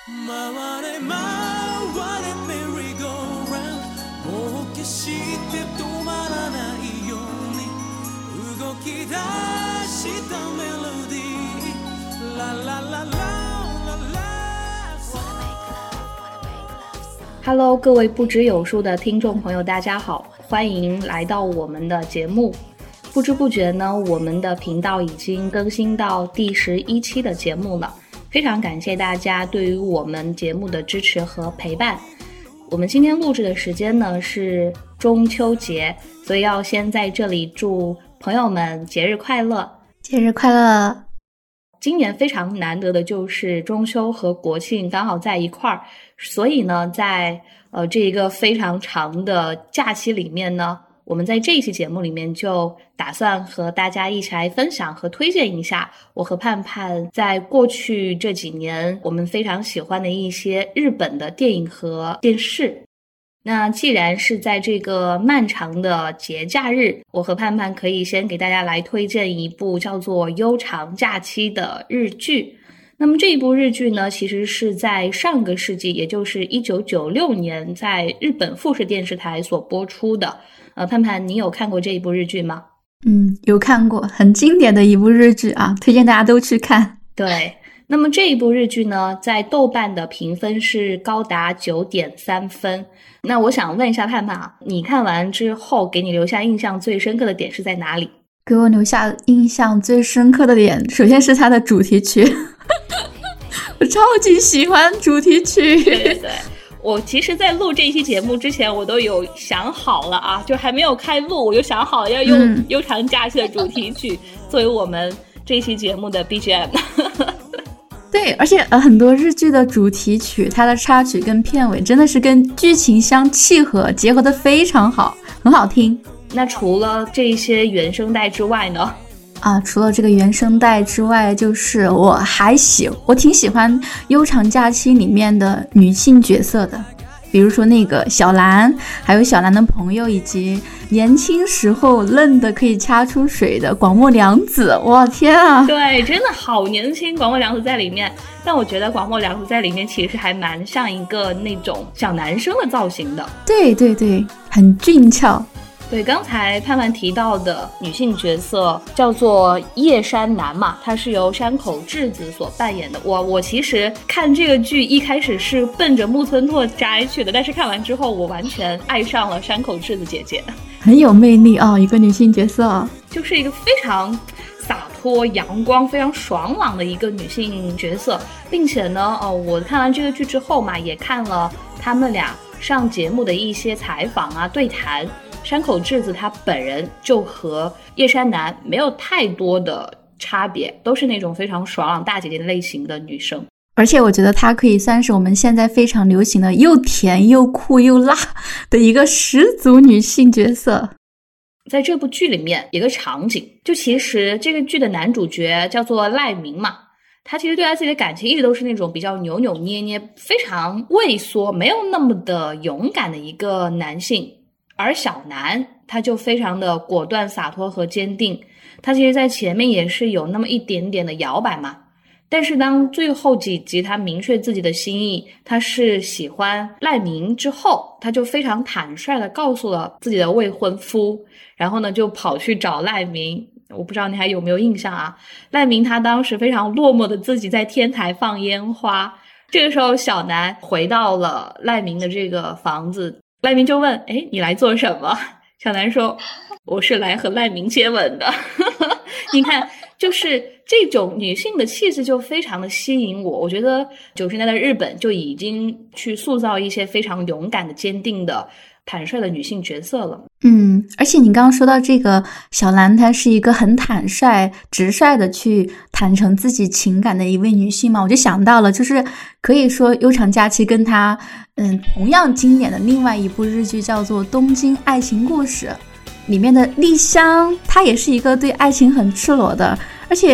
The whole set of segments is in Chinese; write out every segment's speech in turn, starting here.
Hello， 各位不知有数的听众朋友，大家好，欢迎来到我们的节目。不知不觉呢，我们的频道已经更新到第11期的节目了，非常感谢大家对于我们节目的支持和陪伴。我们今天录制的时间呢是中秋节，所以要先在这里祝朋友们节日快乐， 节日快乐。 今年非常难得的就是中秋和国庆刚好在一块儿，所以呢，在这一个非常长的假期里面呢，我们在这一期节目里面就打算和大家一起来分享和推荐一下我和盼盼在过去这几年我们非常喜欢的一些日本的电影和电视。那既然是在这个漫长的节假日，我和盼盼可以先给大家来推荐一部叫做《悠长假期》的日剧。那么这一部日剧呢，其实是在上个世纪，也就是1996年在日本富士电视台所播出的。盼盼，你有看过这一部日剧吗？ 有看过，很经典的一部日剧啊，推荐大家都去看。 对，那么这一部日剧呢，在豆瓣的评分是高达 9.3 分。那我想问一下盼盼啊，你看完之后给你留下印象最深刻的点是在哪里？ 给我留下印象最深刻的点，首先是它的主题曲我超级喜欢主题曲。 对，我其实在录这一期节目之前我都有想好了啊，就还没有开录我就想好了要用悠长假期的主题曲作为我们这一期节目的 BGM 对，而且很多日剧的主题曲它的插曲跟片尾真的是跟剧情相契合，结合得非常好，很好听。 那除了这些原声带之外呢？ 除了这个原声带之外，就是我挺喜欢悠长假期里面的女性角色的，比如说那个小兰，还有小兰的朋友，以及年轻时候嫩的可以掐出水的广末凉子。哇天啊， 对，真的好年轻，广末凉子在里面。但我觉得广末凉子在里面其实还蛮像一个那种小男生的造型的。 对对对，很俊俏。 对，刚才盼盼提到的女性角色叫做叶山南嘛，她是由山口智子所扮演的。我其实看这个剧一开始是奔着木村拓哉去的，但是看完之后我完全爱上了山口智子姐姐， 很有魅力啊，一个女性角色， 就是一个非常洒脱阳光非常爽朗的一个女性角色。并且呢我看完这个剧之后嘛，也看了他们俩上节目的一些采访啊对谈。山口智子她本人就和叶山南没有太多的差别，都是那种非常爽朗大姐姐类型的女生。 而且我觉得她可以算是我们现在非常流行的又甜又酷又辣的一个十足女性角色。 在这部剧里面有个场景，就其实这个剧的男主角叫做赖明嘛，他其实对他自己的感情一直都是那种比较扭扭捏捏非常畏缩没有那么的勇敢的一个男性。而小南他就非常的果断洒脱和坚定，他其实在前面也是有那么一点点的摇摆嘛，但是当最后几集他明确自己的心意，他是喜欢赖明之后，他就非常坦率的告诉了自己的未婚夫，然后呢就跑去找赖明。我不知道你还有没有印象啊？赖明他当时非常落寞的自己在天台放烟花，这个时候小南回到了赖明的这个房子，赖明就问你来做什么？小南说我是来和赖明接吻的你看就是这种女性的气质就非常的吸引我。我觉得90年代的日本就已经去塑造一些非常勇敢的坚定的坦率的女性角色了。 而且你刚刚说到这个小兰，她是一个很坦率直率的去坦诚自己情感的一位女性嘛，我就想到了就是可以说悠长假期跟她同样经典的另外一部日剧叫做东京爱情故事里面的丽香，她也是一个对爱情很赤裸的，而且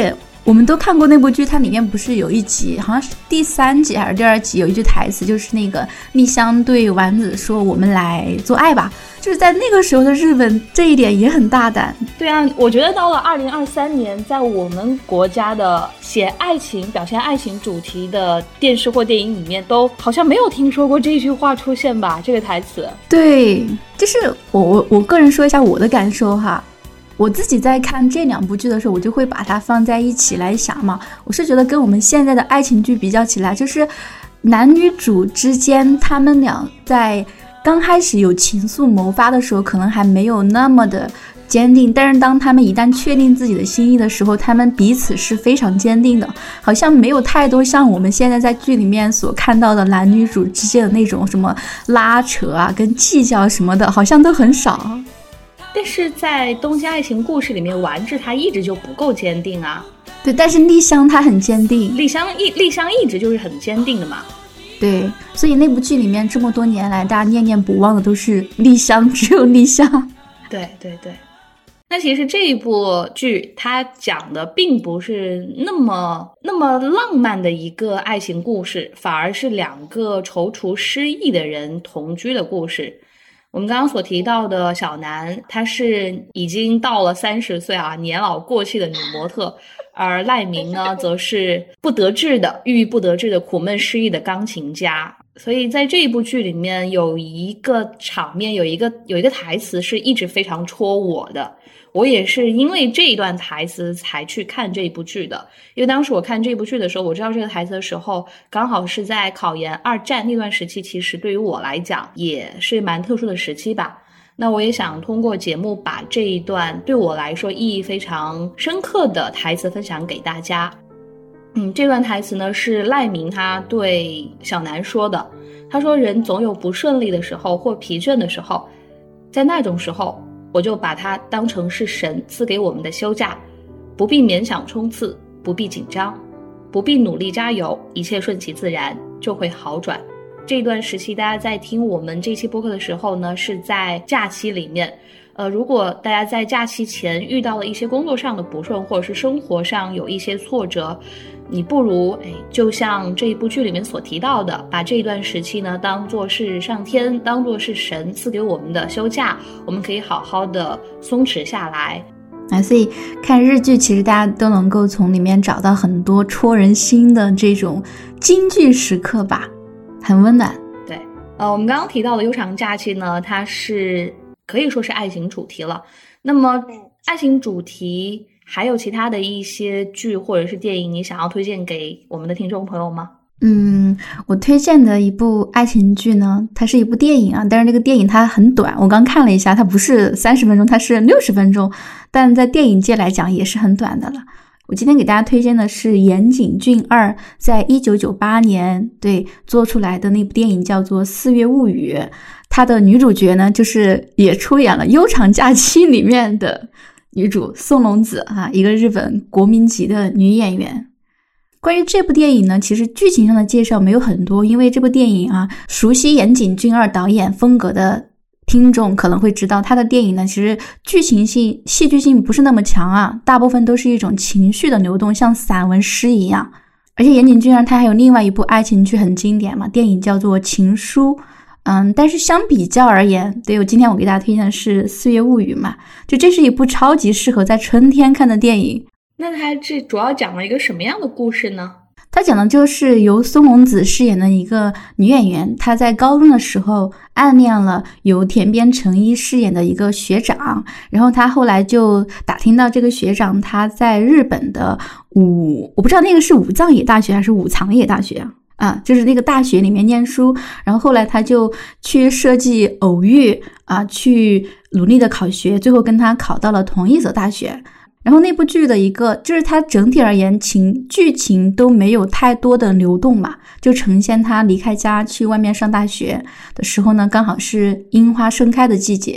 我们都看过那部剧，它里面不是有一集，好像是第3集还是第2集，有一句台词，就是那个丽香对丸子说：“我们来做爱吧。”就是在那个时候的日本，这一点也很大胆。 对啊，我觉得到了2023年，在我们国家的写爱情、表现爱情主题的电视或电影里面，都好像没有听说过这句话出现吧？这个台词。 对，就是我个人说一下我的感受哈。我自己在看这2部剧的时候，我就会把它放在一起来想嘛。我是觉得跟我们现在的爱情剧比较起来，就是男女主之间他们俩在刚开始有情愫萌发的时候，可能还没有那么的坚定，但是当他们一旦确定自己的心意的时候，他们彼此是非常坚定的，好像没有太多像我们现在在剧里面所看到的男女主之间的那种什么拉扯啊跟计较什么的，好像都很少。 但是在《东京爱情故事》里面，丸治他一直就不够坚定啊。 对，但是丽香她很坚定， 丽香一直就是很坚定的嘛。 对，所以那部剧里面这么多年来，大家念念不忘的都是丽香，只有丽香。 对对对。那其实这一部剧它讲的并不是那么浪漫的一个爱情故事，反而是2个踌躇失意的人同居的故事。我们刚刚所提到的小南，她是已经到了30岁啊，年老过气的女模特，而赖明呢，则是郁郁不得志的苦闷失意的钢琴家。所以在这一部剧里面，有一个场面，有一个台词是一直非常戳我的。我也是因为这一段台词才去看这一部剧的，因为当时我看这部剧的时候，我知道这个台词的时候，刚好是在考研2战那段时期，其实对于我来讲也是蛮特殊的时期吧。那我也想通过节目把这一段对我来说意义非常深刻的台词分享给大家。这段台词呢是赖明他对小南说的，他说人总有不顺利的时候或疲倦的时候，在那种时候我就把它当成是神赐给我们的休假，不必勉强冲刺，不必紧张，不必努力加油，一切顺其自然就会好转。这段时期大家在听我们这期播客的时候呢，是在假期里面。如果大家在假期前遇到了一些工作上的不顺，或者是生活上有一些挫折，你不如就像这一部剧里面所提到的，把这一段时期呢当作是上天，当作是神赐给我们的休假，我们可以好好的松弛下来。 所以看日剧其实大家都能够从里面找到很多戳人心的这种金句时刻吧，很温暖。 对，我们刚刚提到的悠长假期呢，它是可以说是爱情主题了。那么爱情主题还有其他的一些剧或者是电影你想要推荐给我们的听众朋友吗？ 我推荐的一部爱情剧呢，它是一部电影啊，但是这个电影它很短，我刚看了一下，它不是30分钟，它是60分钟，但在电影界来讲也是很短的了。我今天给大家推荐的是岩井俊二在1998年做出来的那部电影，叫做《4月物语》。她的女主角呢，就是也出演了《悠长假期》里面的女主松隆子啊，一个日本国民级的女演员。关于这部电影呢，其实剧情上的介绍没有很多，因为这部电影啊，熟悉岩井俊二导演风格的听众可能会知道，他的电影呢，其实剧情性、戏剧性不是那么强啊，大部分都是一种情绪的流动，像散文诗一样。而且岩井俊二他还有另外一部爱情剧很经典嘛，电影叫做《情书》。但是相比较而言，今天我给大家推荐的是《4月物语》嘛，这是一部超级适合在春天看的电影。 那它这主要讲了一个什么样的故事呢？ 它讲的就是由松隆子饰演的一个女演员，她在高中的时候暗恋了由田边诚一饰演的一个学长，然后她后来就打听到这个学长他在日本的我不知道那个是武藏野大学还是武藏野大学就是那个大学里面念书，然后后来他就去设计偶遇去努力的考学，最后跟他考到了同一所大学。然后那部剧的一个就是它整体而言剧情都没有太多的流动嘛，就呈现他离开家去外面上大学的时候呢，刚好是樱花盛开的季节，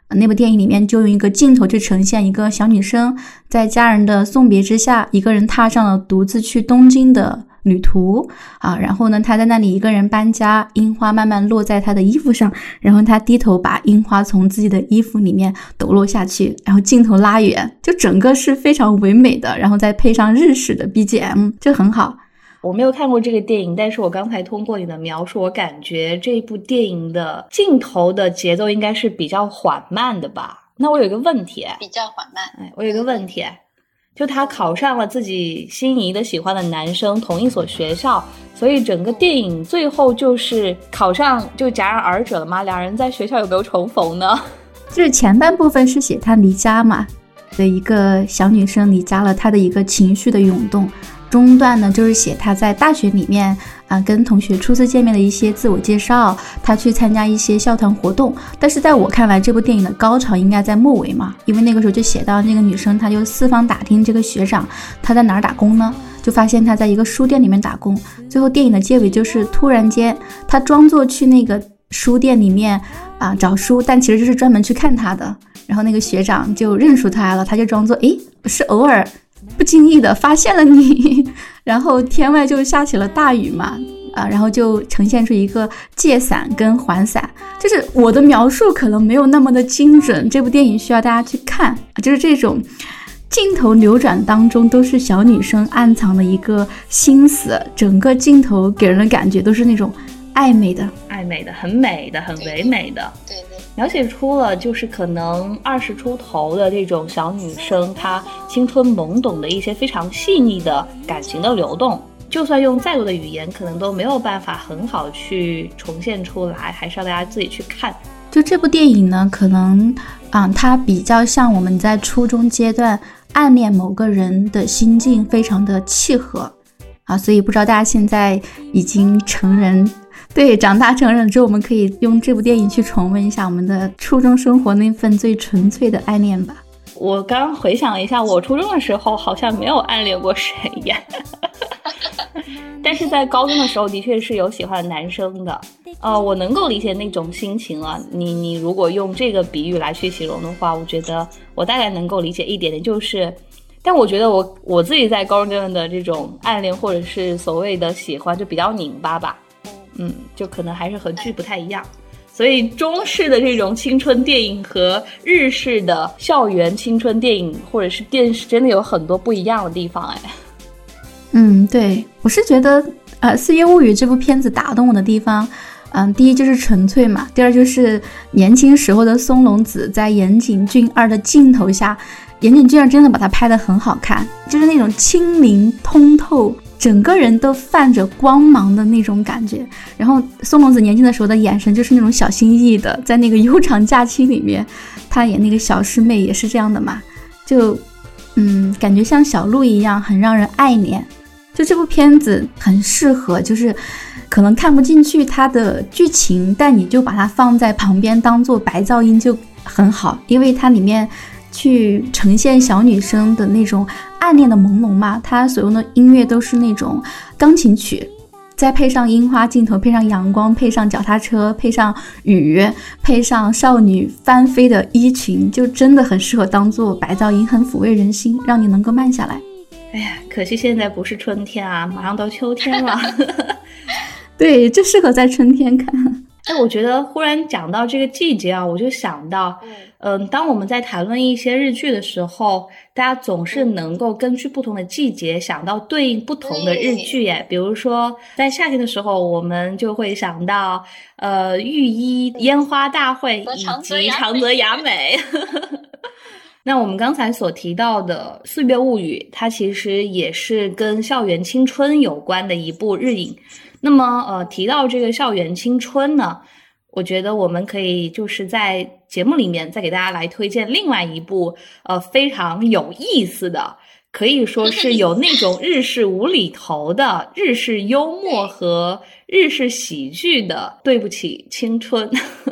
那部电影里面就用一个镜头去呈现一个小女生在家人的送别之下，一个人踏上了独自去东京的旅途啊，然后呢，她在那里一个人搬家，樱花慢慢落在她的衣服上，然后她低头把樱花从自己的衣服里面抖落下去，然后镜头拉远，就整个是非常唯美的，然后再配上日式的 BGM， 就很好。 我没有看过这个电影，但是我刚才通过你的描述，我感觉这部电影的镜头的节奏应该是比较缓慢的吧。那我有一个问题， 比较缓慢。 我有一个问题，就他考上了自己心仪的喜欢的男生同一所学校，所以整个电影最后就是考上就戛然而止了吗？两人在学校有没有重逢呢？ 就是前半部分是写他离家嘛，的一个小女生离家了，她的一个情绪的涌动，中段呢就是写她在大学里面跟同学初次见面的一些自我介绍，她去参加一些校团活动。但是在我看来，这部电影的高潮应该在末尾嘛，因为那个时候就写到那个女生，她就四方打听这个学长他在哪儿打工呢，就发现他在一个书店里面打工。最后电影的结尾就是突然间他装作去那个书店里面找书，但其实就是专门去看他的，然后那个学长就认出他了，他就装作是偶尔不经意的发现了你，然后天外就下起了大雨嘛，然后就呈现出一个借伞跟还伞。就是我的描述可能没有那么的精准，这部电影需要大家去看，就是这种镜头流转当中都是小女生暗藏的一个心思，整个镜头给人的感觉都是那种暧昧的， 很美的，很唯美的。 对， 描写出了就是可能20出头的这种小女生，她青春懵懂的一些非常细腻的感情的流动，就算用再多的语言可能都没有办法很好去重现出来，还是要大家自己去看。 就这部电影呢，可能它比较像我们在初中阶段暗恋某个人的心境非常的契合所以不知道大家现在已经成人，对，长大成人之后，我们可以用这部电影去重温一下我们的初中生活那份最纯粹的爱恋吧。 我刚回想了一下，我初中的时候好像没有暗恋过谁呀但是在高中的时候的确是有喜欢男生的。我能够理解那种心情啊，你如果用这个比喻来去形容的话，我觉得我大概能够理解一点点，就是但我觉得我自己在高中阶段的这种暗恋或者是所谓的喜欢就比较拧巴吧，就可能还是和剧不太一样。所以中式的这种青春电影和日式的校园青春电影或者是电视真的有很多不一样的地方对，我是觉得四月物语这部片子打动我的地方第一就是纯粹嘛，第二就是年轻时候的松隆子在岩井俊二的镜头下，岩井俊二真的把它拍得很好看，就是那种清明通透，整个人都泛着光芒的那种感觉。然后松隆子年轻的时候的眼神就是那种小心翼翼的，在那个悠长假期里面，他演那个小师妹也是这样的嘛，就感觉像小鹿一样，很让人爱怜。就这部片子很适合，就是可能看不进去它的剧情，但你就把它放在旁边当做白噪音就很好，因为它里面去呈现小女生的那种暗恋的朦胧嘛，它所用的音乐都是那种钢琴曲，再配上樱花镜头，配上阳光，配上脚踏车，配上雨，配上少女翻飞的衣裙，就真的很适合当做白噪音，很抚慰人心，让你能够慢下来。 哎呀，可惜现在不是春天啊，马上到秋天了对，就适合在春天看。 我觉得忽然讲到这个季节啊，我就想到当我们在谈论一些日剧的时候，大家总是能够根据不同的季节想到对应不同的日剧耶。比如说在夏天的时候，我们就会想到浴衣烟花大会以及长泽雅美那我们刚才所提到的《四月物语》，它其实也是跟校园青春有关的一部日影。那么提到这个校园青春呢，我觉得我们可以就是在节目里面再给大家来推荐另外一部非常有意思的，可以说是有那种日式无厘头的日式幽默和日式喜剧的对不起青春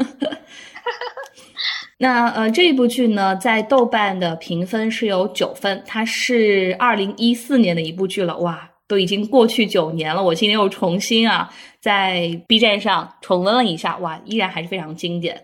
那这一部剧呢，在豆瓣的评分是有9分，它是2014年的一部剧了，哇，都已经过去9年了。我今天又重新在 B 站上重温了一下，哇，依然还是非常经典。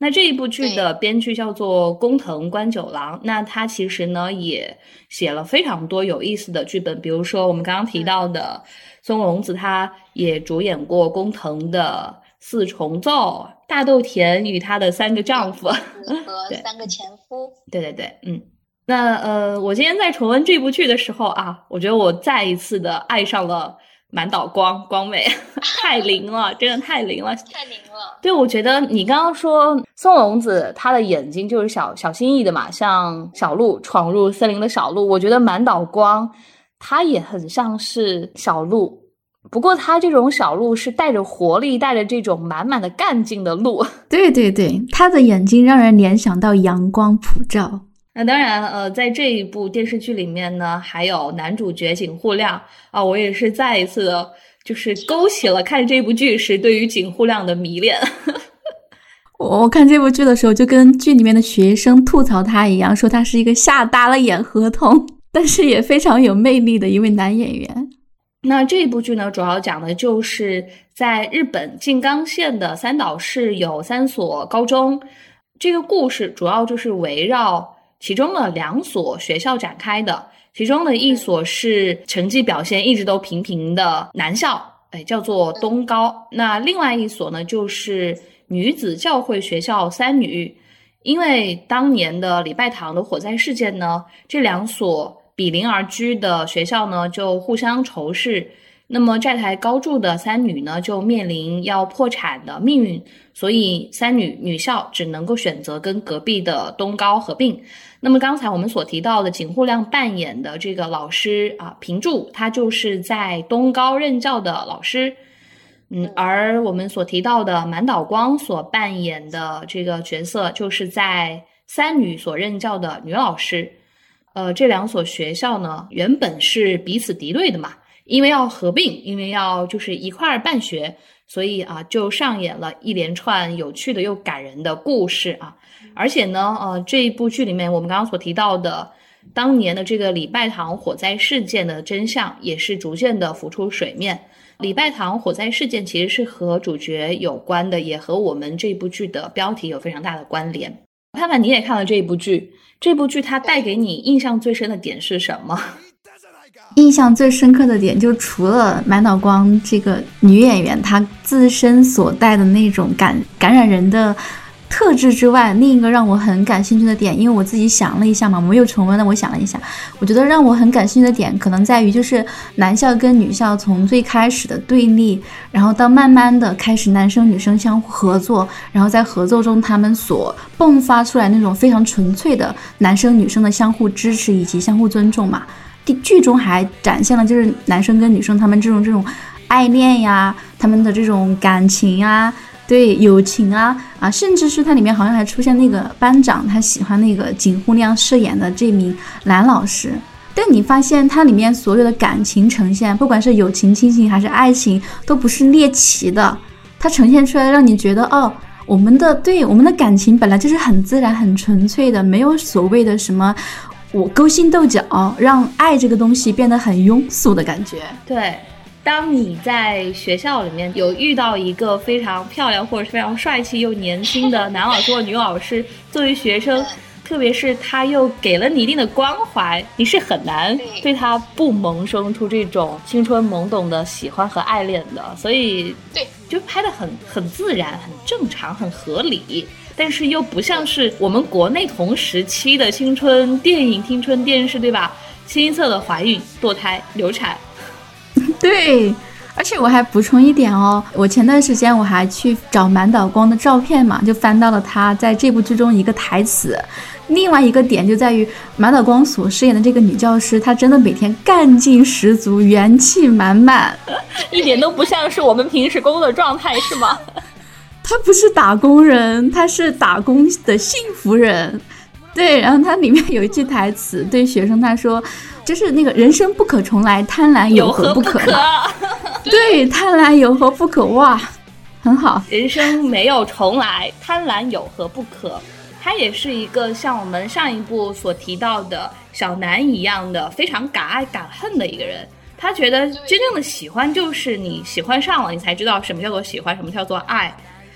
那这一部剧的编剧叫做宫藤官九郎，那他其实呢也写了非常多有意思的剧本，比如说我们刚刚提到的松隆子，他也主演过宫藤的四重奏、大豆田与她的三个丈夫和三个前夫。 对，那我今天在重温这部剧的时候啊，我觉得我再一次的爱上了满岛光美太灵了，真的太灵了。对，我觉得你刚刚说松隆子她的眼睛就是小心翼翼的嘛，像小鹿闯入森林的小鹿，我觉得满岛光她也很像是小鹿，不过他这种小鹿是带着活力，带着这种满满的干劲的鹿。 对，他的眼睛让人联想到阳光普照。 那当然在这一部电视剧里面呢，还有男主角井户亮啊，我也是再一次的就是勾起了看这部剧时对于井户亮的迷恋。 我看这部剧的时候就跟剧里面的学生吐槽他一样，说他是一个下大了眼合同，但是也非常有魅力的一位男演员。 那这一部剧呢，主要讲的就是在日本静冈县的三岛市有3所高中，这个故事主要就是围绕其中的2所学校展开的，其中的一所是成绩表现一直都平平的男校，叫做东高。那另外一所呢，就是女子教会学校三女。因为当年的礼拜堂的火灾事件呢，这2所比邻而居的学校呢就互相仇视，那么债台高筑的三女呢就面临要破产的命运，所以三女女校只能够选择跟隔壁的东高合并。那么刚才我们所提到的井户亮扮演的这个老师啊，平柱，他就是在东高任教的老师。而我们所提到的满岛光所扮演的这个角色，就是在三女所任教的女老师。这2所学校呢，原本是彼此敌对的嘛，因为要合并，因为要就是一块办学，所以就上演了一连串有趣的又感人的故事啊。而且呢，这一部剧里面我们刚刚所提到的当年的这个礼拜堂火灾事件的真相，也是逐渐的浮出水面。礼拜堂火灾事件其实是和主角有关的，也和我们这部剧的标题有非常大的关联。盼盼，你也看了这部剧，这部剧它带给你印象最深的点是什么？ 印象最深刻的点就除了满岛光这个女演员她自身所带的那种感染人的特质之外，另一个让我很感兴趣的点，因为我自己想了一下嘛，我没有重温的，我想了一下，我觉得让我很感兴趣的点可能在于就是男校跟女校从最开始的对立，然后到慢慢的开始男生女生相互合作，然后在合作中他们所迸发出来那种非常纯粹的男生女生的相互支持以及相互尊重嘛。剧中还展现了就是男生跟女生他们这种爱恋呀，他们的这种感情啊，对，友情啊，甚至是它里面好像还出现那个班长他喜欢那个井户亮饰演的这名男老师。但你发现它里面所有的感情呈现，不管是友情、亲情还是爱情，都不是猎奇的，它呈现出来让你觉得我们的感情本来就是很自然很纯粹的，没有所谓的什么我勾心斗角，让爱这个东西变得很庸俗的感觉。 对，当你在学校里面有遇到一个非常漂亮或者是非常帅气又年轻的男老师或女老师，作为学生，特别是他又给了你一定的关怀，你是很难对他不萌生出这种青春懵懂的喜欢和爱恋的，所以对，就拍得很自然、很正常、很合理。但是又不像是我们国内同时期的青春电影、青春电视，对吧？清一色的怀孕、堕胎、流产。 对，而且我还补充一点我前段时间我还去找满岛光的照片嘛，就翻到了他在这部剧中一个台词。另外一个点就在于满岛光所饰演的这个女教师，她真的每天干劲十足，元气满满， 一点都不像是我们平时工作的状态，是吗？ 他不是打工人，他是打工的幸福人。对，然后他里面有一句台词对学生他说，就是那个人生不可重来，贪婪有何不可对，贪婪有何不可，哇，很好。 人生没有重来，贪婪有何不可。他也是一个像我们上一部所提到的小南一样的非常敢爱敢恨的一个人。他觉得真正的喜欢就是你喜欢上了，你才知道什么叫做喜欢，什么叫做爱。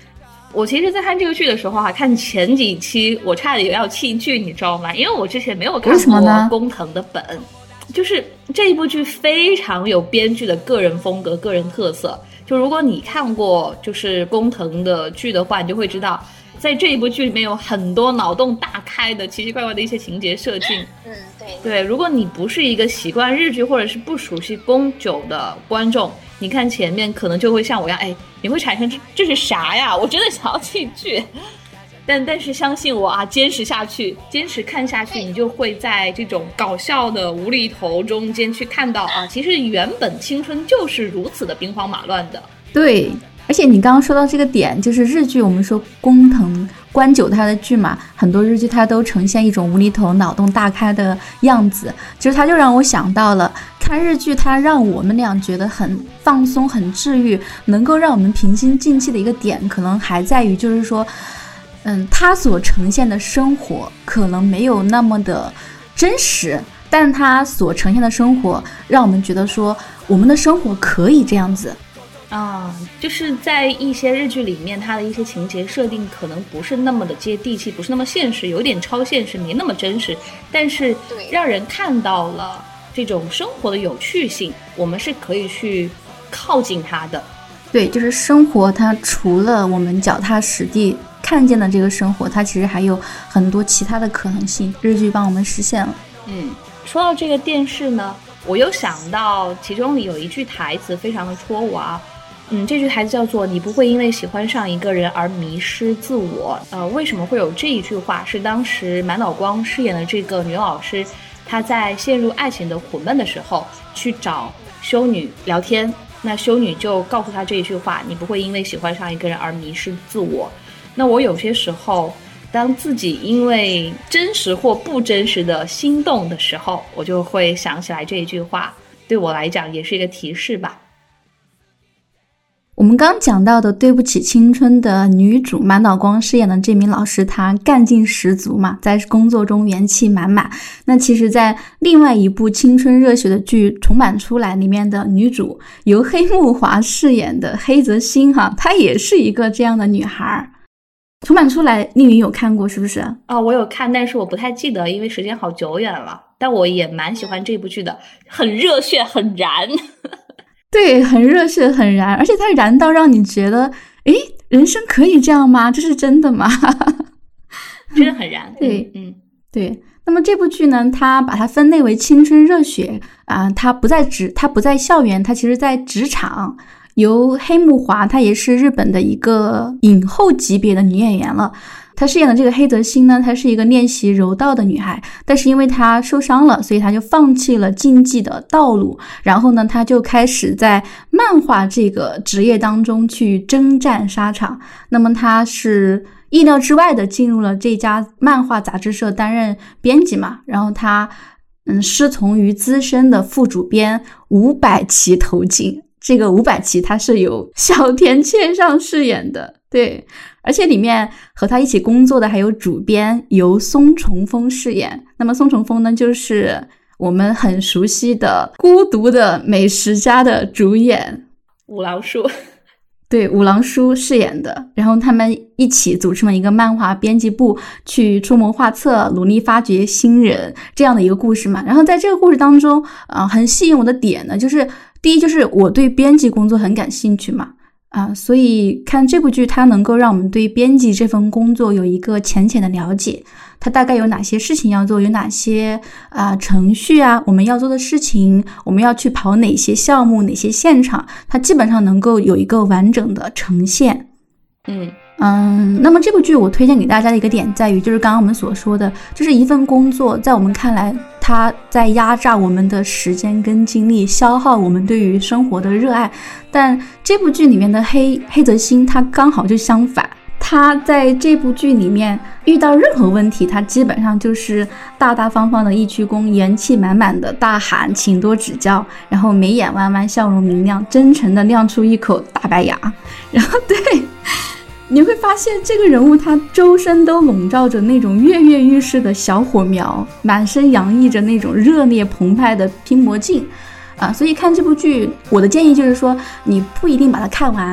我其实在看这个剧的时候看前几期我差点要弃剧，你知道吗？因为我之前没有看过工藤的本，就是这一部剧非常有编剧的个人风格、个人特色。就如果你看过就是工藤的剧的话，你就会知道在这一部剧里面有很多脑洞大开的奇奇怪怪的一些情节设定。对，如果你不是一个习惯日剧或者是不熟悉宫九的观众，你看前面可能就会像我一样，你会产生这是啥呀？我真的想要弃剧。但是相信我坚持下去，坚持看下去，你就会在这种搞笑的无厘头中间去看到其实原本青春就是如此的兵荒马乱的。 对，而且你刚刚说到这个点，就是日剧我们说工藤官九他的剧嘛，很多日剧它都呈现一种无厘头脑洞大开的样子，其实它就让我想到了看日剧，它让我们俩觉得很放松很治愈，能够让我们平心静气的一个点可能还在于就是说它所呈现的生活可能没有那么的真实，但它所呈现的生活让我们觉得说我们的生活可以这样子就是在一些日剧里面，它的一些情节设定可能不是那么的接地气，不是那么现实，有点超现实，没那么真实，但是让人看到了这种生活的有趣性，我们是可以去靠近它的。 对，就是生活它除了我们脚踏实地看见的这个生活，它其实还有很多其他的可能性，日剧帮我们实现了。 说到这个电视呢，我又想到其中里有一句台词非常的戳我这句台词叫做你不会因为喜欢上一个人而迷失自我。为什么会有这一句话？是当时满岛光饰演的这个女老师，她在陷入爱情的苦闷的时候去找修女聊天，那修女就告诉她这一句话，你不会因为喜欢上一个人而迷失自我。那我有些时候当自己因为真实或不真实的心动的时候，我就会想起来这一句话，对我来讲也是一个提示吧。 我们刚讲到的对不起青春的女主满岛光饰演的这名老师，她干劲十足嘛，在工作中元气满满。那其实在另外一部青春热血的剧重版出来里面的女主由黑木华饰演的黑泽欣她也是一个这样的女孩。重版出来丽云有看过是不是？ 我有看，但是我不太记得，因为时间好久远了，但我也蛮喜欢这部剧的，很热血很燃。 对，很热血很燃，而且它燃到让你觉得人生可以这样吗？这是真的吗？ 真的很燃。 对。那么这部剧呢，它把它分类为青春热血它不在校园，它其实在职场。由黑木华，她也是日本的一个影后级别的女演员了。她饰演的这个黑泽欣呢，她是一个练习柔道的女孩，但是因为她受伤了，所以她就放弃了竞技的道路，然后呢，她就开始在漫画这个职业当中去征战沙场。那么她是意料之外的进入了这家漫画杂志社担任编辑嘛，然后她师从于资深的副主编伍百奇投进。这个伍百奇他是由小田切上饰演的，对，而且里面和他一起工作的还有主编由松重丰饰演。那么松重丰呢，就是我们很熟悉的《孤独的美食家》的主演五郎叔， 对，五郎叔饰演的。然后他们一起组成了一个漫画编辑部，去出谋划策，努力发掘新人，这样的一个故事嘛。然后在这个故事当中很吸引我的点呢，就是第一，就是我对编辑工作很感兴趣嘛，所以看这部剧它能够让我们对编辑这份工作有一个浅浅的了解，它大概有哪些事情要做，有哪些程序我们要做的事情，我们要去跑哪些项目哪些现场，它基本上能够有一个完整的呈现。那么这部剧我推荐给大家的一个点在于，就是刚刚我们所说的，就是一份工作在我们看来它在压榨我们的时间跟精力，消耗我们对于生活的热爱，但这部剧里面的黑泽欣他刚好就相反，他在这部剧里面遇到任何问题，他基本上就是大大方方的一鞠躬，元气满满的大喊请多指教，然后眉眼弯弯，笑容明亮，真诚的亮出一口大白牙。然后对，你会发现这个人物他周身都笼罩着那种跃跃欲试的小火苗，满身洋溢着那种热烈澎湃的拼搏劲所以看这部剧我的建议就是说，你不一定把它看完，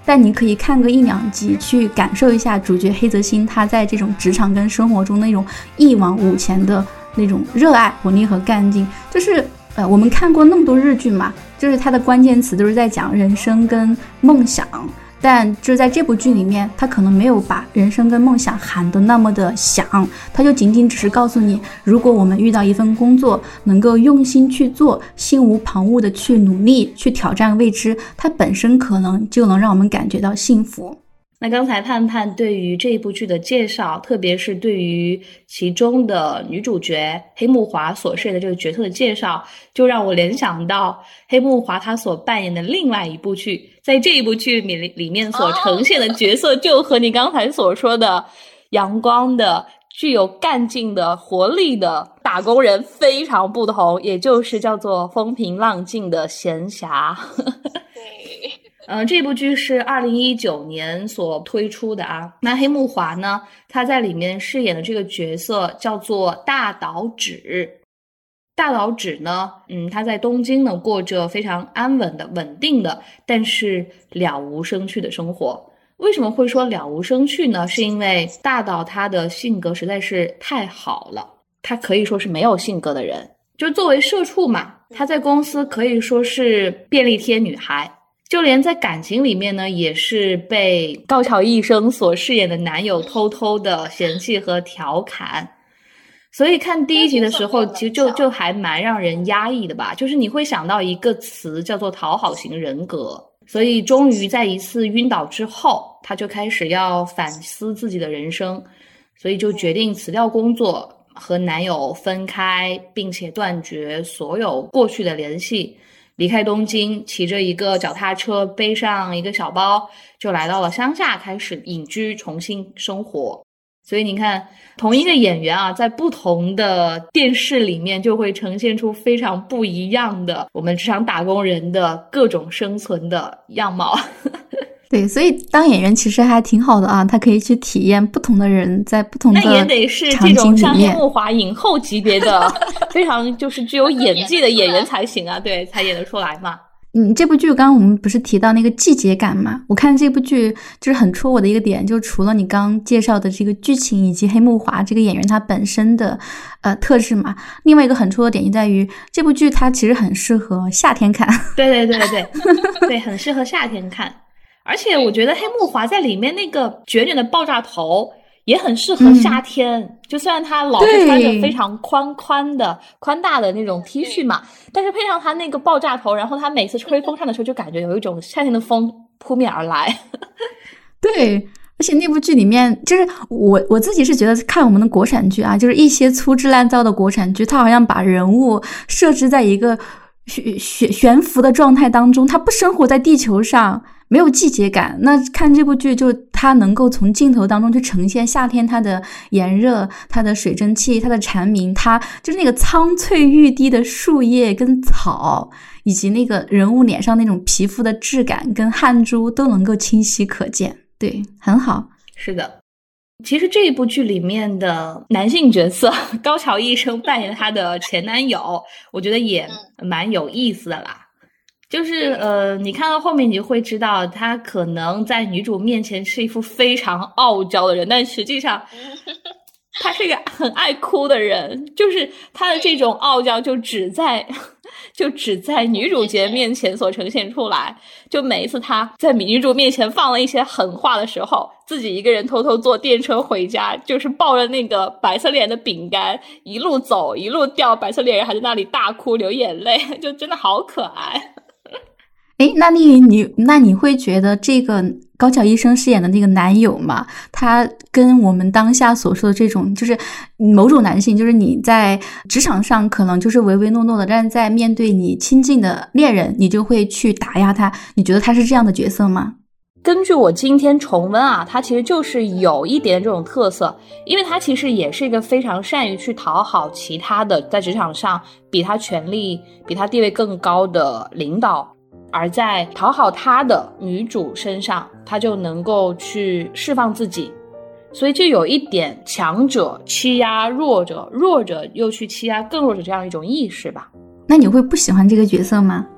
但你可以看个1-2集去感受一下主角黑泽欣他在这种职场跟生活中那种一往无前的那种热爱、活力和干劲。就是我们看过那么多日剧嘛，就是它的关键词都是在讲人生跟梦想，但就是在这部剧里面，他可能没有把人生跟梦想喊得那么的响，他就仅仅只是告诉你，如果我们遇到一份工作，能够用心去做，心无旁骛的去努力，去挑战未知，它本身可能就能让我们感觉到幸福。 那刚才盼盼对于这一部剧的介绍，特别是对于其中的女主角黑木华所饰演的这个角色的介绍，就让我联想到黑木华她所扮演的另外一部剧，在这一部剧里面所呈现的角色就和你刚才所说的阳光的、具有干劲的、活力的打工人非常不同，也就是叫做风平浪静的闲暇。这部剧是2019年所推出的啊。那黑木华呢，他在里面饰演的这个角色叫做大岛渚。大岛渚呢，他在东京呢过着非常安稳的、稳定的，但是了无生趣的生活。为什么会说了无生趣呢？是因为大岛他的性格实在是太好了，他可以说是没有性格的人。就作为社畜嘛，他在公司可以说是便利贴女孩。就连在感情里面呢，也是被高桥一生所饰演的男友偷偷的嫌弃和调侃。所以看第一集的时候，其实就还蛮让人压抑的吧，就是你会想到一个词叫做讨好型人格。所以终于在一次晕倒之后，他就开始要反思自己的人生，所以就决定辞掉工作，和男友分开，并且断绝所有过去的联系，离开东京，骑着一个脚踏车，背上一个小包，就来到了乡下，开始隐居，重新生活。所以你看，同一个演员啊，在不同的电视里面就会呈现出非常不一样的我们职场打工人的各种生存的样貌。 对，所以当演员其实还挺好的啊，他可以去体验不同的人在不同的场景里面。 那也得是这种像黑木华影后级别的非常就是具有演技的演员才行啊，对，才演得出来嘛。 这部剧刚刚我们不是提到那个季节感嘛？我看这部剧就是很戳我的一个点，就除了你刚介绍的这个剧情以及黑木华这个演员他本身的特质嘛，另外一个很戳的点就在于这部剧它其实很适合夏天看。 对，对，很适合夏天看。而且我觉得黑木华在里面那个卷卷的爆炸头也很适合夏天，就虽然他老是穿着非常宽大的那种 T 恤嘛，但是配上他那个爆炸头，然后他每次吹风扇的时候就感觉有一种夏天的风扑面而来。 对，而且那部剧里面就是我自己是觉得看我们的国产剧啊，就是一些粗制滥造的国产剧，它好像把人物设置在一个悬浮的状态当中，他不生活在地球上，没有季节感。那看这部剧，就他能够从镜头当中去呈现夏天它的炎热，它的水蒸气，它的蝉鸣，它就是那个苍翠欲滴的树叶跟草，以及那个人物脸上那种皮肤的质感跟汗珠都能够清晰可见。对，很好。 是的，其实这一部剧里面的男性角色高桥一生扮演他的前男友，我觉得也蛮有意思的啦。就是你看到后面你就会知道，他可能在女主面前是一副非常傲娇的人，但实际上他是一个很爱哭的人，就是他的这种傲娇就只在女主角面前所呈现出来。就每一次他在女主面前放了一些狠话的时候，自己一个人偷偷坐电车回家，就是抱着那个白色恋人的饼干一路走一路掉，白色恋人还在那里大哭流眼泪，就真的好可爱。 那你会觉得这个高桥一生饰演的那个男友嘛，他跟我们当下所说的这种就是某种男性，就是你在职场上可能就是唯唯诺诺的，但是在面对你亲近的恋人，你就会去打压他，你觉得他是这样的角色吗？ 根据我今天重温啊，他其实就是有一点这种特色，因为他其实也是一个非常善于去讨好其他的在职场上比他权力比他地位更高的领导，而在讨好他的女主身上，他就能够去释放自己，所以就有一点强者欺压弱者，弱者又去欺压更弱者这样一种意识吧。 那你会不喜欢这个角色吗？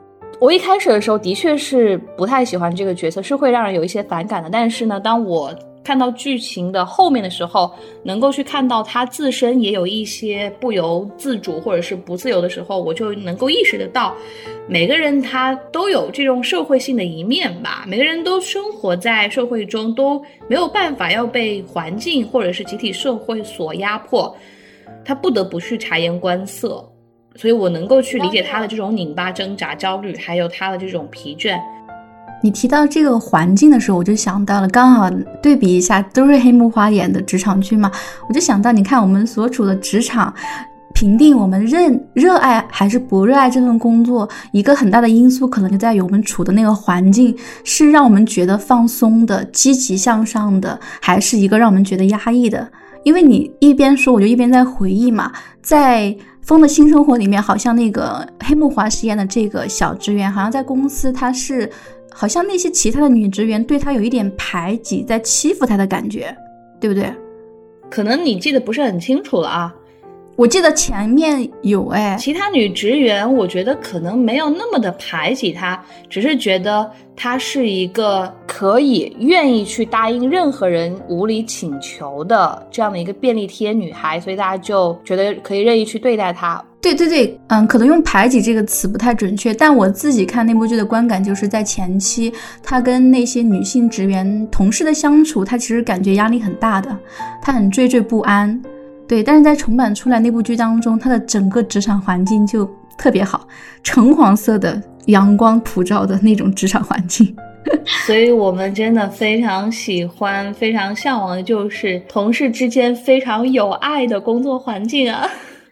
我一开始的时候的确是不太喜欢这个角色，是会让人有一些反感的。但是呢，当我看到剧情的后面的时候，能够去看到他自身也有一些不由自主或者是不自由的时候，我就能够意识得到，每个人他都有这种社会性的一面吧，每个人都生活在社会中，都没有办法要被环境或者是集体社会所压迫，他不得不去察言观色。所以我能够去理解他的这种拧巴、挣扎、焦虑，还有他的这种疲倦。 你提到这个环境的时候，我就想到了，刚好对比一下，都是黑木华演的职场剧嘛，我就想到，你看我们所处的职场，评定我们热爱还是不热爱这份工作，一个很大的因素可能就在于我们处的那个环境是让我们觉得放松的、积极向上的，还是一个让我们觉得压抑的。因为你一边说，我就一边在回忆嘛，在风的新生活里面，好像那个黑木华饰演的这个小职员，好像在公司他是好像那些其他的女职员对他有一点排挤，在欺负他的感觉，对不对？ 可能你记得不是很清楚了啊。 我记得前面有其他女职员我觉得可能没有那么的排挤她，只是觉得她是一个可以愿意去答应任何人无理请求的这样的一个便利贴女孩，所以大家就觉得可以任意去对待她。 对，可能用排挤这个词不太准确，但我自己看那部剧的观感就是在前期她跟那些女性职员同事的相处，她其实感觉压力很大的，她很惴惴不安。对，但是在重版出来那部剧当中，它的整个职场环境就特别好，橙黄色的阳光普照的那种职场环境。 所以我们真的非常喜欢、非常向往的就是同事之间非常有爱的工作环境啊。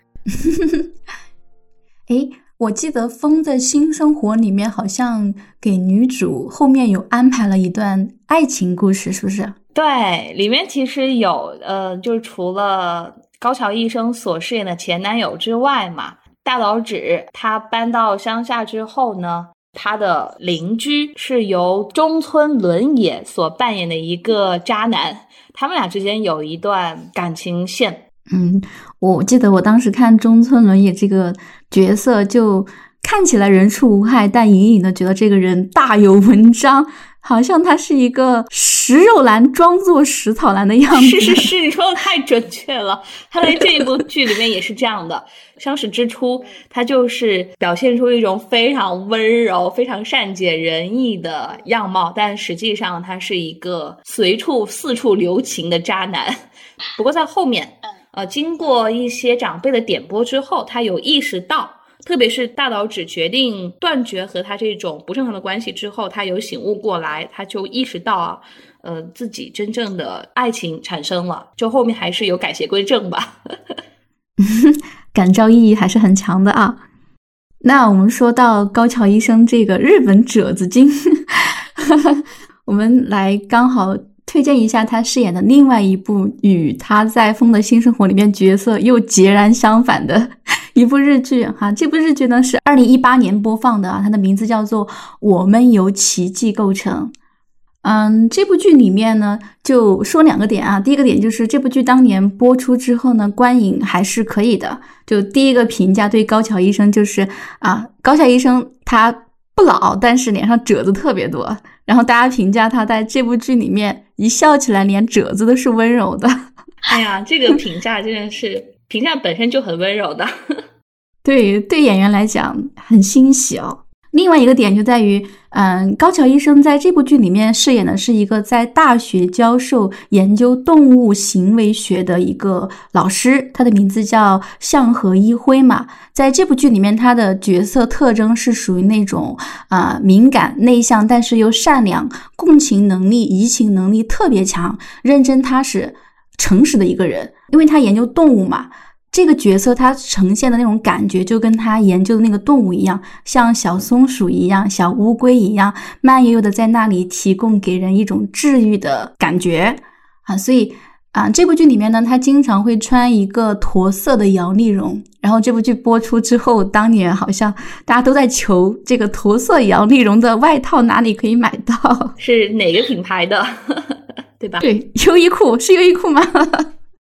我记得《风的新生活》里面好像给女主后面有安排了一段爱情故事，是不是？ 对，里面其实有就是除了高桥医生所饰演的前男友之外嘛，大岛渚他搬到乡下之后呢，他的邻居是由中村伦也所扮演的一个渣男，他们俩之间有一段感情线。 我记得我当时看中村伦也这个角色，就看起来人畜无害，但隐隐的觉得这个人大有文章，好像他是一个食肉男装作食草男的样子。 是，你说的太准确了。他在这一部剧里面也是这样的。相识之初，他就是表现出一种非常温柔、非常善解人意的样貌，但实际上他是一个四处留情的渣男。不过在后面，经过一些长辈的点拨之后，他有意识到。特别是大岛渚决定断绝和他这种不正常的关系之后，他有醒悟过来，他就意识到自己真正的爱情产生了，就后面还是有改邪归正吧。 感召意义还是很强的啊。那我们说到高桥医生这个日本褶子精我们来刚好推荐一下他饰演的另外一部与他在《风的新生活》里面角色又截然相反的一部日剧哈。这部日剧呢是2018年播放的啊，它的名字叫做《我们由奇迹构成》。这部剧里面呢就说两个点啊，第一个点就是这部剧当年播出之后呢，观影还是可以的。就第一个评价对高桥医生就是高桥医生他不老，但是脸上褶子特别多。然后大家评价他在这部剧里面一笑起来连褶子都是温柔的。 哎呀，这个评价真的是评价本身就很温柔的。 对演员来讲很欣喜哦。另外一个点就在于高桥医生在这部剧里面饰演的是一个在大学教授研究动物行为学的一个老师，他的名字叫向和一辉嘛。在这部剧里面，他的角色特征是属于那种敏感内向但是又善良，共情能力移情能力特别强，认真踏实诚实的一个人。因为他研究动物嘛，这个角色他呈现的那种感觉就跟他研究的那个动物一样，像小松鼠一样，小乌龟一样，慢悠悠的在那里提供给人一种治愈的感觉所以这部剧里面呢，他经常会穿一个驼色的摇粒绒。然后这部剧播出之后，当年好像大家都在求这个驼色摇粒绒的外套哪里可以买到， 是哪个品牌的对吧？ 对，优衣库，是优衣库吗？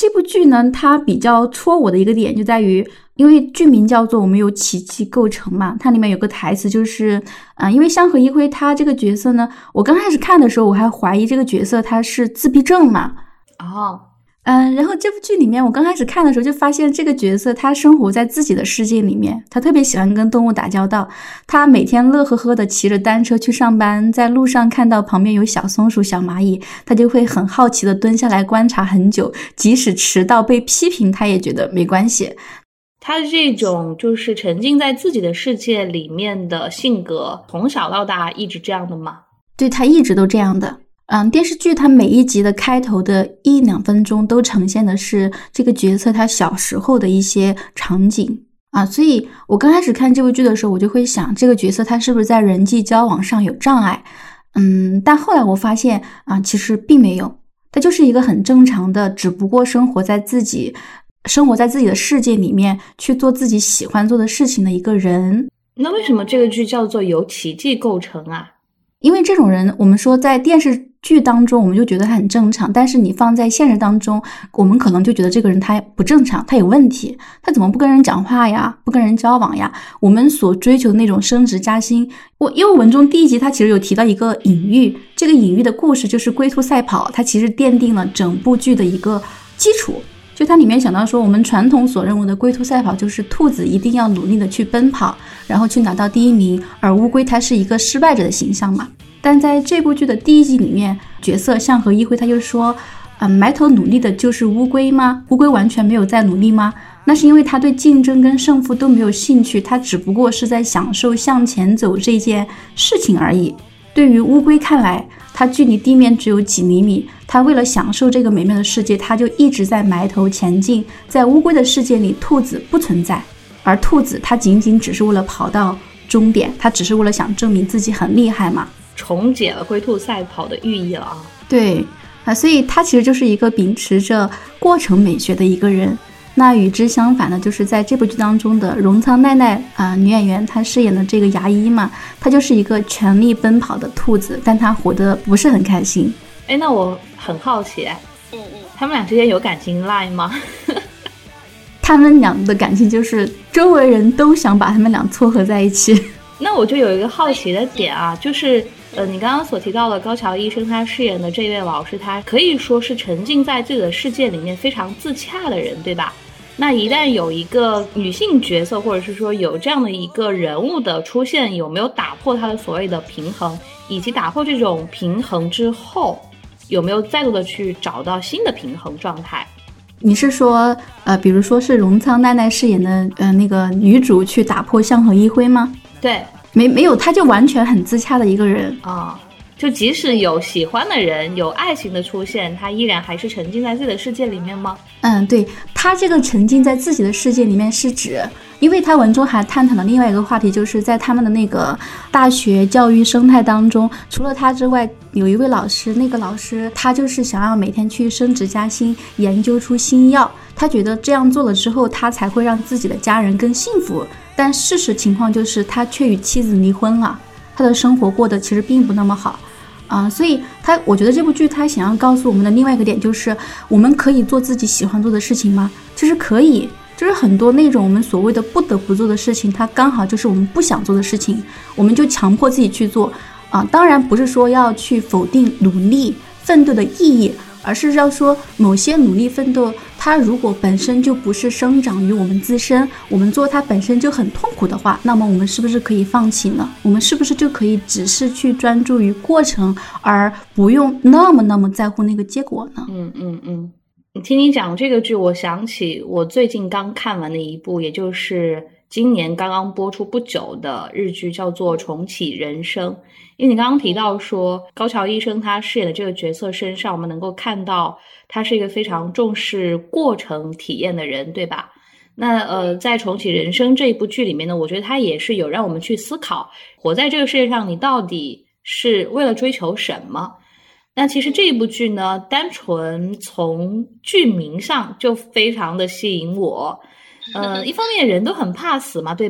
这部剧呢，它比较戳我的一个点就在于，因为剧名叫做我们由奇迹构成嘛，它里面有个台词就是因为香河一辉他这个角色呢，我刚开始看的时候我还怀疑这个角色他是自闭症嘛。然后这部剧里面我刚开始看的时候就发现这个角色他生活在自己的世界里面，他特别喜欢跟动物打交道，他每天乐呵呵的骑着单车去上班，在路上看到旁边有小松鼠小蚂蚁，他就会很好奇的蹲下来观察很久，即使迟到被批评他也觉得没关系。 他这种就是沉浸在自己的世界里面的性格从小到大一直这样的吗？ 对，他一直都这样的。电视剧它每一集的开头的1-2分钟都呈现的是这个角色他小时候的一些场景所以我刚开始看这部剧的时候，我就会想这个角色他是不是在人际交往上有障碍。但后来我发现其实并没有，他就是一个很正常的，只不过生活在自己的世界里面去做自己喜欢做的事情的一个人。 那为什么这个剧叫做由奇迹构成啊？ 因为这种人我们说在电视剧当中我们就觉得他很正常，但是你放在现实当中，我们可能就觉得这个人他不正常，他有问题，他怎么不跟人讲话呀，不跟人交往呀，我们所追求的那种升职加薪。因为文中第1集他其实有提到一个隐喻，这个隐喻的故事就是龟兔赛跑，它其实奠定了整部剧的一个基础。就它里面想到说，我们传统所认为的龟兔赛跑就是兔子一定要努力的去奔跑，然后去拿到第1名，而乌龟它是一个失败者的形象嘛。但在这部剧的第1集里面，角色向和一辉他就说埋头努力的就是乌龟吗？乌龟完全没有在努力吗？那是因为他对竞争跟胜负都没有兴趣，他只不过是在享受向前走这件事情而已。对于乌龟看来，它距离地面只有几厘米，它为了享受这个美妙的世界，它就一直在埋头前进。在乌龟的世界里，兔子不存在，而兔子它仅仅只是为了跑到终点，它只是为了想证明自己很厉害嘛， 重解了龟兔赛跑的寓意了啊。 对所以它其实就是一个秉持着过程美学的一个人。那与之相反的就是在这部剧当中的荣仓奈奈女演员，她饰演的这个牙医嘛，她就是一个全力奔跑的兔子，但她活得不是很开心。 那我很好奇他们俩之间有感情赖吗？ 他们俩的感情就是周围人都想把他们俩撮合在一起。 那我就有一个好奇的点就是你刚刚所提到的高桥医生他饰演的这位老师，他可以说是沉浸在自己的世界里面非常自洽的人，对吧？那一旦有一个女性角色，或者是说有这样的一个人物的出现，有没有打破他的所谓的平衡，以及打破这种平衡之后有没有再度的去找到新的平衡状态？ 你是说比如说是荣仓奈奈饰演的那个女主去打破向和一辉吗？ 对， 没有，她就完全很自洽的一个人就即使有喜欢的人，有爱情的出现，他依然还是沉浸在自己的世界里面吗？ 对，他这个沉浸在自己的世界里面是指，因为他文中还探讨了另外一个话题，就是在他们的那个大学教育生态当中，除了他之外，有一位老师，那个老师他就是想要每天去升职加薪，研究出新药，他觉得这样做了之后，他才会让自己的家人更幸福。但事实情况就是他却与妻子离婚了，他的生活过得其实并不那么好所以我觉得这部剧他想要告诉我们的另外一个点就是，我们可以做自己喜欢做的事情吗？其实可以，就是很多那种我们所谓的不得不做的事情，它刚好就是我们不想做的事情，我们就强迫自己去做当然不是说要去否定努力奋斗的意义，而是要说某些努力奋斗它如果本身就不是生长于我们自身，我们做它本身就很痛苦的话，那么我们是不是可以放弃呢？我们是不是就可以只是去专注于过程，而不用那么在乎那个结果呢？ 听你讲这个剧，我想起我最近刚看完的一部，也就是今年刚刚播出不久的日剧，叫做《重启人生》。因为你刚刚提到说高桥医生他饰演的这个角色身上，我们能够看到他是一个非常重视过程体验的人，对吧？那在《重启人生》这一部剧里面呢，我觉得他也是有让我们去思考，活在这个世界上你到底是为了追求什么。那其实这一部剧呢，单纯从剧名上就非常的吸引我。一方面人都很怕死嘛，对吧？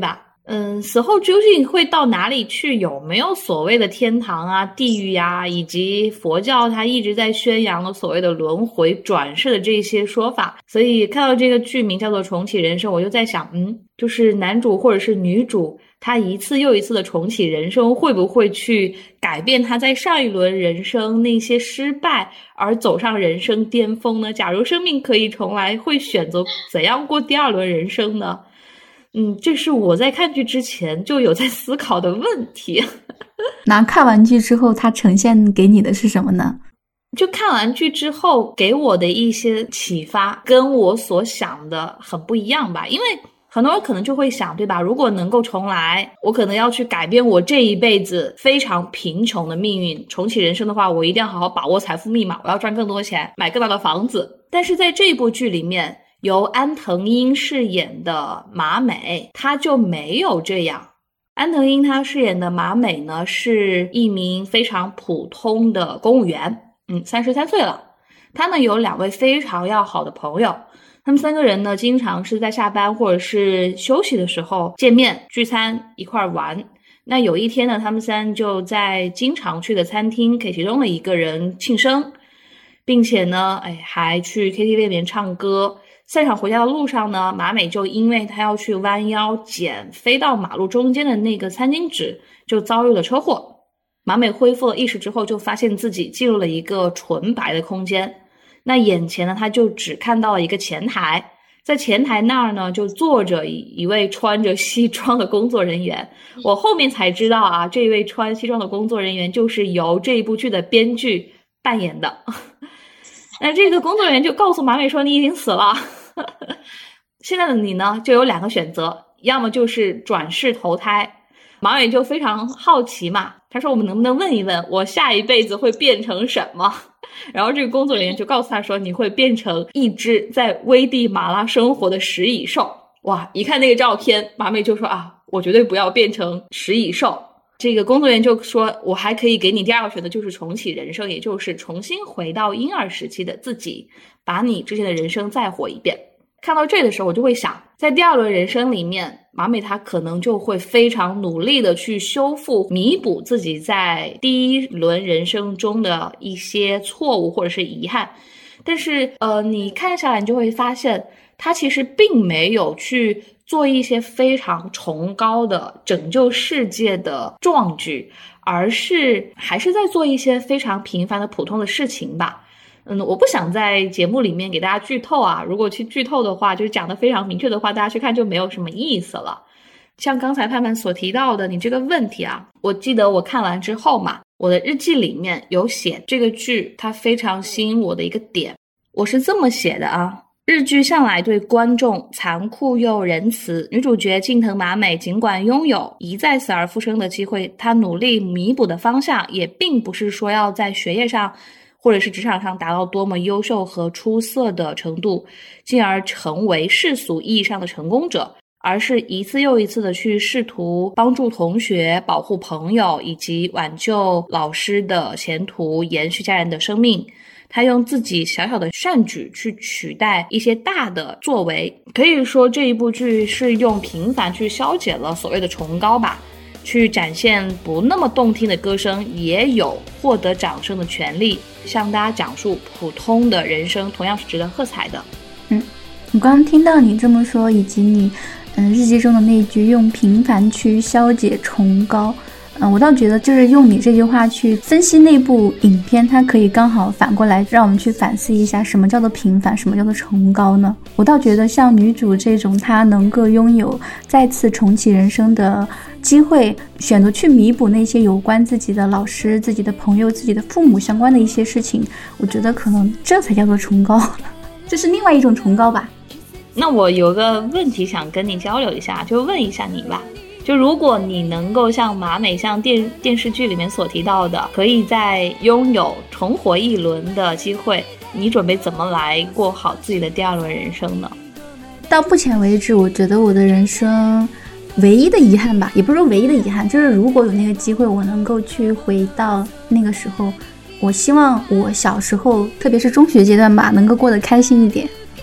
死后究竟会到哪里去？有没有所谓的天堂啊、地狱啊，以及佛教它一直在宣扬的所谓的轮回转世的这些说法？所以看到这个剧名叫做《重启人生》，我就在想，就是男主或者是女主，他一次又一次的重启人生，会不会去改变他在上一轮人生那些失败，而走上人生巅峰呢？假如生命可以重来，会选择怎样过第二轮人生呢？这是我在看剧之前就有在思考的问题。 那看完剧之后，它呈现给你的是什么呢？ 就看完剧之后给我的一些启发跟我所想的很不一样吧。因为很多人可能就会想，对吧，如果能够重来，我可能要去改变我这一辈子非常贫穷的命运，重启人生的话，我一定要好好把握财富密码，我要赚更多钱，买更大的房子。但是在这部剧里面，由安藤樱饰演的马美，她就没有这样。安藤樱她饰演的马美呢，是一名非常普通的公务员，33岁了。她呢有2位非常要好的朋友，他们3个人呢经常是在下班或者是休息的时候见面聚餐一块玩。那有一天呢，他们3就在经常去的餐厅给其中的一个人庆生，并且呢还去 KTV 里面唱歌。散场回家的路上呢，马美就因为她要去弯腰捡飞到马路中间的那个餐巾纸，就遭遇了车祸。马美恢复了意识之后，就发现自己进入了一个纯白的空间。那眼前呢，她就只看到了一个前台，在前台那儿呢，就坐着一位穿着西装的工作人员。我后面才知道啊，这位穿西装的工作人员就是由这一部剧的编剧扮演的。那这个工作人员就告诉马美说，你已经死了。现在的你呢，就有2个选择，要么就是转世投胎。马美就非常好奇嘛，他说我们能不能问一问我下一辈子会变成什么？然后这个工作人员就告诉他说，你会变成一只在危地马拉生活的食蚁兽。哇，一看那个照片，马美就说我绝对不要变成食蚁兽。这个工作人员就说，我还可以给你第2个选择，就是重启人生，也就是重新回到婴儿时期的自己，把你之前的人生再活一遍。看到这的时候，我就会想，在第2轮人生里面，马美她可能就会非常努力的去修复弥补自己在第1轮人生中的一些错误或者是遗憾。但是你看下来，你就会发现她其实并没有去做一些非常崇高的拯救世界的壮举，而是还是在做一些非常平凡的普通的事情吧。我不想在节目里面给大家剧透啊，如果去剧透的话，就是讲得非常明确的话，大家去看就没有什么意思了。像刚才盼盼所提到的你这个问题啊，我记得我看完之后嘛，我的日记里面有写这个剧它非常吸引我的一个点，我是这么写的啊。日剧向来对观众残酷又仁慈，女主角近藤麻美尽管拥有一再死而复生的机会，她努力弥补的方向也并不是说要在学业上或者是职场上达到多么优秀和出色的程度，进而成为世俗意义上的成功者，而是一次又一次的去试图帮助同学、保护朋友以及挽救老师的前途，延续家人的生命。他用自己小小的善举去取代一些大的作为，可以说这一部剧是用平凡去消解了所谓的崇高吧，去展现不那么动听的歌声也有获得掌声的权利，向大家讲述普通的人生同样是值得喝彩的。 我刚刚听到你这么说，以及你日记中的那句用平凡去消解崇高，我倒觉得就是用你这句话去分析那部影片，它可以刚好反过来让我们去反思一下什么叫做平凡，什么叫做崇高呢？我倒觉得像女主这种，她能够拥有再次重启人生的机会，选择去弥补那些有关自己的老师、自己的朋友、自己的父母相关的一些事情，我觉得可能这才叫做崇高，这是另外一种崇高吧。 那我有个问题想跟你交流一下，就问一下你吧，就如果你能够像马美像电视剧里面所提到的，可以在拥有重活一轮的机会，你准备怎么来过好自己的第2轮人生呢？ 到目前为止，我觉得我的人生唯一的遗憾吧，也不是说唯一的遗憾，就是如果有那个机会我能够去回到那个时候，我希望我小时候特别是中学阶段吧，能够过得开心一点。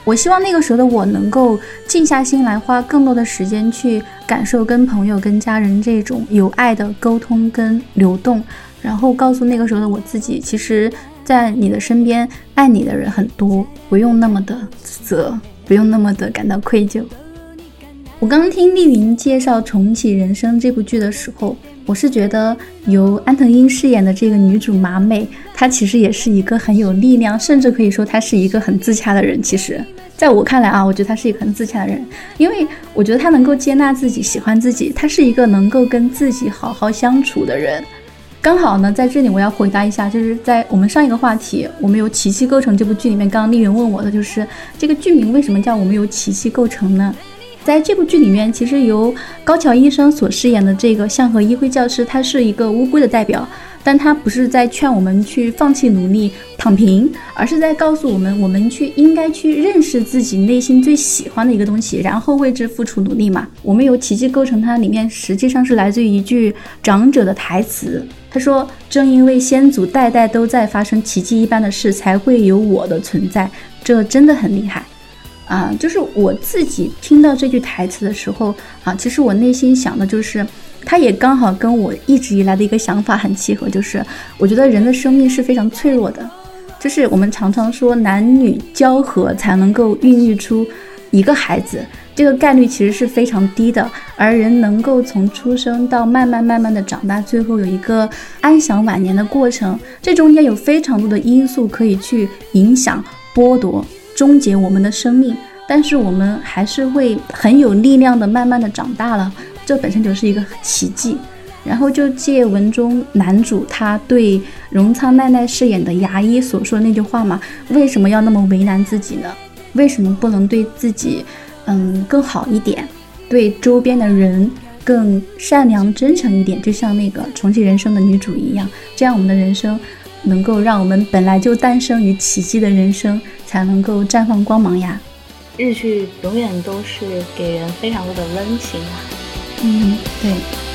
我希望那个时候的我能够静下心来，花更多的时间去感受跟朋友跟家人这种有爱的沟通跟流动，然后告诉那个时候的我自己，其实在你的身边爱你的人很多，不用那么的自责，不用那么的感到愧疚。我刚刚听丽云介绍《重启人生》这部剧的时候，我是觉得由安藤樱饰演的这个女主麻美，她其实也是一个很有力量，甚至可以说她是一个很自洽的人。其实在我看来啊，我觉得她是一个很自洽的人，因为我觉得她能够接纳自己，喜欢自己，她是一个能够跟自己好好相处的人。刚好呢，在这里我要回答一下，就是在我们上一个话题我们由奇迹构成这部剧里面，刚刚丽云问我的就是这个剧名为什么叫我们由奇迹构成呢？在这部剧里面，其实由高桥医生所饰演的这个向和一辉教师，他是一个乌龟的代表，但他不是在劝我们去放弃努力躺平，而是在告诉我们，我们应该去认识自己内心最喜欢的一个东西，然后为之付出努力嘛。我们由奇迹构成，它里面实际上是来自于一句长者的台词，他说，正因为先祖代代都在发生奇迹一般的事，才会有我的存在，这真的很厉害就是我自己听到这句台词的时候其实我内心想的就是它也刚好跟我一直以来的一个想法很契合，就是我觉得人的生命是非常脆弱的，就是我们常常说男女交合才能够孕育出一个孩子，这个概率其实是非常低的，而人能够从出生到慢慢的长大，最后有一个安享晚年的过程，这中间有非常多的因素可以去影响、剥夺、终结我们的生命，但是我们还是会很有力量的慢慢的长大了，这本身就是一个奇迹。然后就借文中男主他对荣仓奈奈饰演的牙医所说的那句话嘛，为什么要那么为难自己呢？为什么不能对自己更好一点，对周边的人更善良真诚一点，就像那个重启人生的女主一样，这样我们的人生能够让我们本来就诞生于奇迹的人生才能够绽放光芒呀。 日剧永远都是给人非常多的温情对。